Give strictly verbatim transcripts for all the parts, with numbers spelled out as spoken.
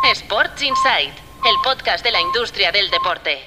Sports Insight, el podcast de la industria del deporte.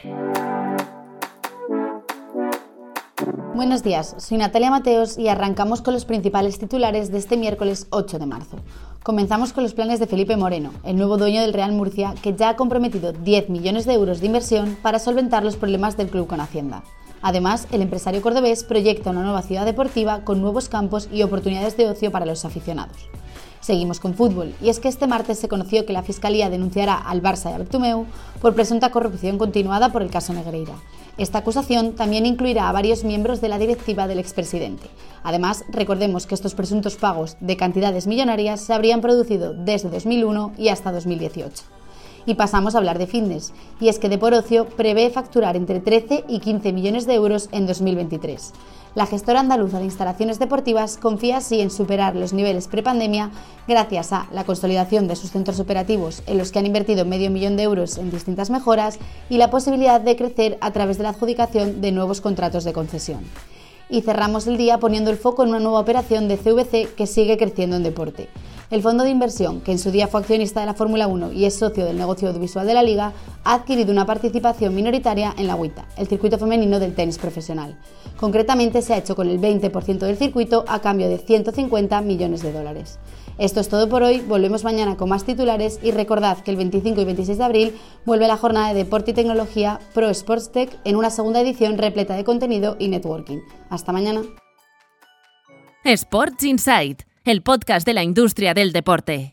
Buenos días, soy Natalia Mateos y arrancamos con los principales titulares de este miércoles ocho de marzo. Comenzamos con los planes de Felipe Moreno, el nuevo dueño del Real Murcia, que ya ha comprometido diez millones de euros de inversión para solventar los problemas del club con Hacienda. Además, el empresario cordobés proyecta una nueva ciudad deportiva con nuevos campos y oportunidades de ocio para los aficionados. Seguimos con fútbol, y es que este martes se conoció que la Fiscalía denunciará al Barça y a Bartomeu por presunta corrupción continuada por el caso Negreira. Esta acusación también incluirá a varios miembros de la directiva del expresidente. Además, recordemos que estos presuntos pagos de cantidades millonarias se habrían producido desde dos mil uno y hasta dos mil dieciocho. Y pasamos a hablar de fitness, y es que Depor Ocio prevé facturar entre trece y quince millones de euros en dos mil veintitrés. La gestora andaluza de instalaciones deportivas confía así en superar los niveles prepandemia gracias a la consolidación de sus centros operativos, en los que han invertido medio millón de euros en distintas mejoras, y la posibilidad de crecer a través de la adjudicación de nuevos contratos de concesión. Y cerramos el día poniendo el foco en una nueva operación de C V C que sigue creciendo en deporte. El fondo de inversión, que en su día fue accionista de la Fórmula uno y es socio del negocio audiovisual de la Liga, ha adquirido una participación minoritaria en la WTA, el circuito femenino del tenis profesional. Concretamente, se ha hecho con el veinte por ciento del circuito a cambio de ciento cincuenta millones de dólares. Esto es todo por hoy, volvemos mañana con más titulares y recordad que el veinticinco y veintiséis de abril vuelve la jornada de deporte y tecnología Pro Sports Tech en una segunda edición repleta de contenido y networking. Hasta mañana. Sports Insight, el podcast de la industria del deporte.